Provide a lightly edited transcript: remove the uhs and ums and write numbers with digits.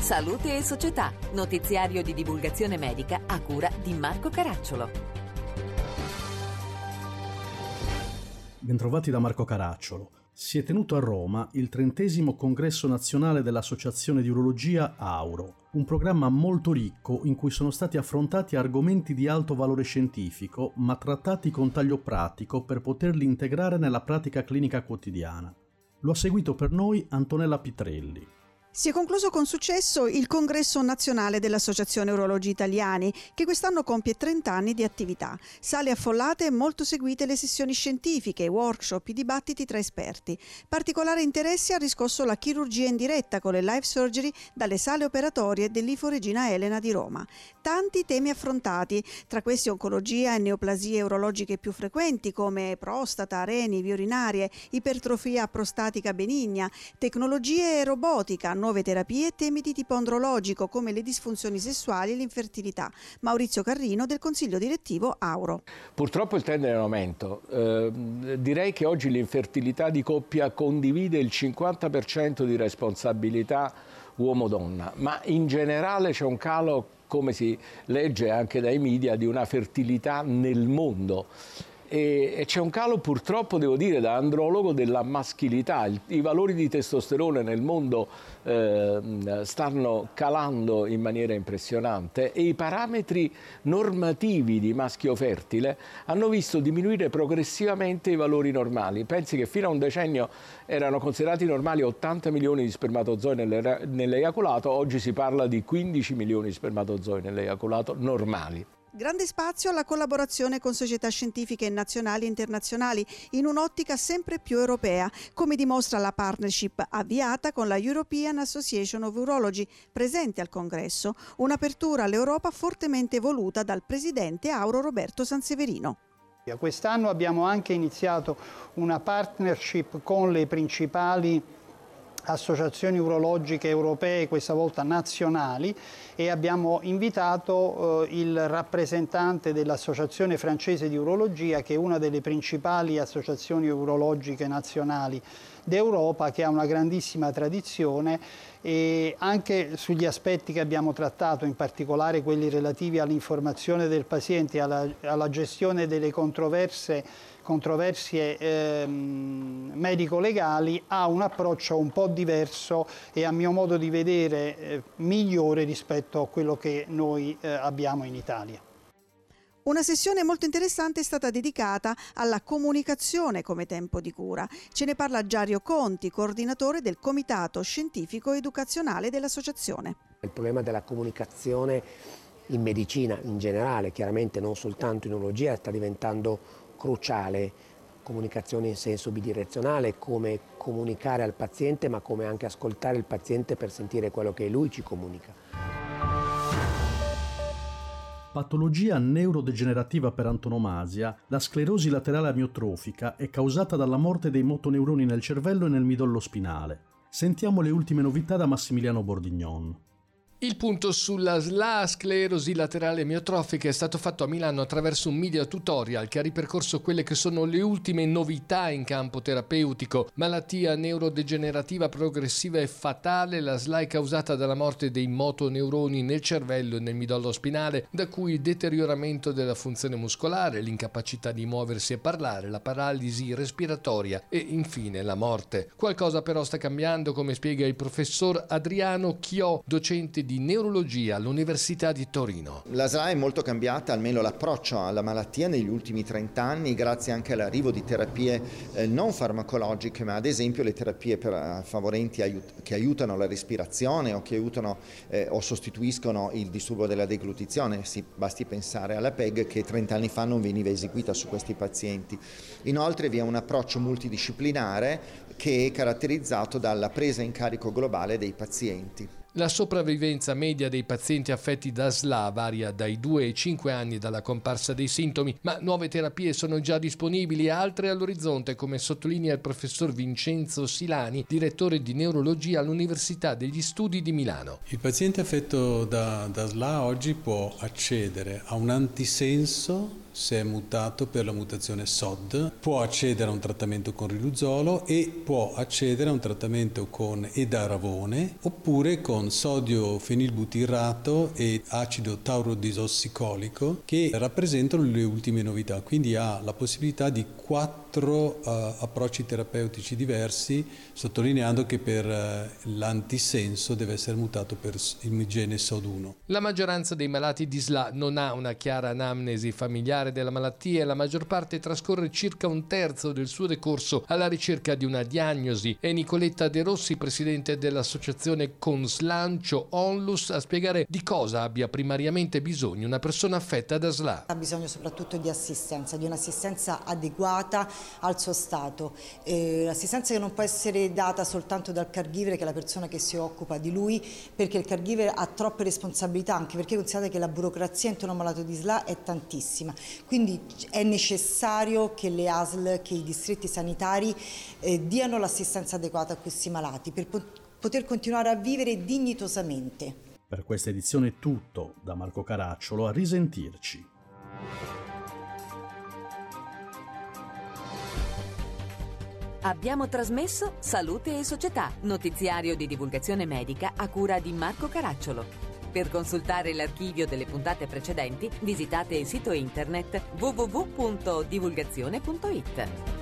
Salute e Società, notiziario di divulgazione medica a cura di Marco Caracciolo. Bentrovati da Marco Caracciolo. Si è tenuto a Roma il 30° congresso nazionale dell'Associazione di Urologia AURO, un programma molto ricco in cui sono stati affrontati argomenti di alto valore scientifico, ma trattati con taglio pratico per poterli integrare nella pratica clinica quotidiana. Lo ha seguito per noi Antonella Pitrelli. Si è concluso con successo il Congresso Nazionale dell'Associazione Urologi Italiani, che quest'anno compie 30 anni di attività. Sale affollate e molto seguite le sessioni scientifiche, i workshop, i dibattiti tra esperti. Particolare interesse ha riscosso la chirurgia in diretta con le live surgery dalle sale operatorie dell'IFO Regina Elena di Roma. Tanti temi affrontati, tra questi oncologia e neoplasie urologiche più frequenti come prostata, reni, vie urinarie, ipertrofia prostatica benigna, tecnologie e robotica, nuove terapie e temi di tipo andrologico come le disfunzioni sessuali e l'infertilità. Maurizio Carrino del Consiglio Direttivo AURO. Purtroppo il trend è in aumento. Direi che oggi l'infertilità di coppia condivide il 50% di responsabilità uomo-donna, ma in generale c'è un calo, come si legge anche dai media, di una fertilità nel mondo. E c'è un calo, purtroppo devo dire, da andrologo, della maschilità. I valori di testosterone nel mondo stanno calando in maniera impressionante e i parametri normativi di maschio fertile hanno visto diminuire progressivamente i valori normali. Pensi che fino a un decennio erano considerati normali 80 milioni di spermatozoi nell'eiaculato, oggi si parla di 15 milioni di spermatozoi nell'eiaculato normali. Grande spazio alla collaborazione con società scientifiche nazionali e internazionali in un'ottica sempre più europea, come dimostra la partnership avviata con la European Association of Urology presente al congresso, un'apertura all'Europa fortemente voluta dal presidente AURO Roberto Sanseverino. Quest'anno abbiamo anche iniziato una partnership con le principali associazioni urologiche europee, questa volta nazionali, e abbiamo invitato il rappresentante dell'Associazione francese di urologia, che è una delle principali associazioni urologiche nazionali d'Europa, che ha una grandissima tradizione, e anche sugli aspetti che abbiamo trattato, in particolare quelli relativi all'informazione del paziente, alla gestione delle controversie medico-legali, ha un approccio un po' diverso e, a mio modo di vedere, migliore rispetto a quello che noi abbiamo in Italia. Una sessione molto interessante è stata dedicata alla comunicazione come tempo di cura. Ce ne parla Giario Conti, coordinatore del Comitato Scientifico Educazionale dell'Associazione. Il problema della comunicazione in medicina in generale, chiaramente non soltanto in urologia, sta diventando cruciale. Comunicazione in senso bidirezionale, come comunicare al paziente, ma come anche ascoltare il paziente per sentire quello che lui ci comunica. Patologia neurodegenerativa per antonomasia, la sclerosi laterale amiotrofica è causata dalla morte dei motoneuroni nel cervello e nel midollo spinale. Sentiamo le ultime novità da Massimiliano Bordignon. Il punto sulla SLA, sclerosi laterale amiotrofica, è stato fatto a Milano attraverso un media tutorial che ha ripercorso quelle che sono le ultime novità in campo terapeutico. Malattia neurodegenerativa progressiva e fatale, la SLA è causata dalla morte dei motoneuroni nel cervello e nel midollo spinale, da cui il deterioramento della funzione muscolare, l'incapacità di muoversi e parlare, la paralisi respiratoria e infine la morte. Qualcosa però sta cambiando, come spiega il professor Adriano Chiò, docente di neurologia all'Università di Torino. La SLA è molto cambiata, almeno l'approccio alla malattia negli ultimi 30 anni, grazie anche all'arrivo di terapie non farmacologiche, ma ad esempio le terapie favorenti che aiutano la respirazione o che aiutano o sostituiscono il disturbo della deglutizione. Basti pensare alla PEG, che 30 anni fa non veniva eseguita su questi pazienti. Inoltre vi è un approccio multidisciplinare che è caratterizzato dalla presa in carico globale dei pazienti. La sopravvivenza media dei pazienti affetti da SLA varia dai 2 ai 5 anni dalla comparsa dei sintomi, ma nuove terapie sono già disponibili e altre all'orizzonte, come sottolinea il professor Vincenzo Silani, direttore di neurologia all'Università degli Studi di Milano. Il paziente affetto da SLA oggi può accedere a un antisenso se è mutato per la mutazione SOD, può accedere a un trattamento con riluzolo e può accedere a un trattamento con edaravone oppure con sodio fenilbutirrato e acido taurodisossicolico, che rappresentano le ultime novità. Quindi ha la possibilità di 4 approcci terapeutici diversi, sottolineando che per l'antisenso deve essere mutato per il gene SOD1. La maggioranza dei malati di SLA non ha una chiara anamnesi familiare della malattia e la maggior parte trascorre circa un terzo del suo decorso alla ricerca di una diagnosi. È Nicoletta De Rossi, presidente dell'associazione Con Slancio Onlus, a spiegare di cosa abbia primariamente bisogno una persona affetta da SLA. Ha bisogno soprattutto di assistenza, di un'assistenza adeguata al suo stato. L'assistenza che non può essere data soltanto dal caregiver, che è la persona che si occupa di lui, perché il caregiver ha troppe responsabilità, anche perché considerate che la burocrazia intorno al malato di SLA è tantissima. Quindi è necessario che le ASL, che i distretti sanitari diano l'assistenza adeguata a questi malati per poter continuare a vivere dignitosamente. Per questa edizione è tutto. Da Marco Caracciolo, a risentirci. Abbiamo trasmesso Salute e Società, notiziario di divulgazione medica a cura di Marco Caracciolo. Per consultare l'archivio delle puntate precedenti, visitate il sito internet www.divulgazione.it.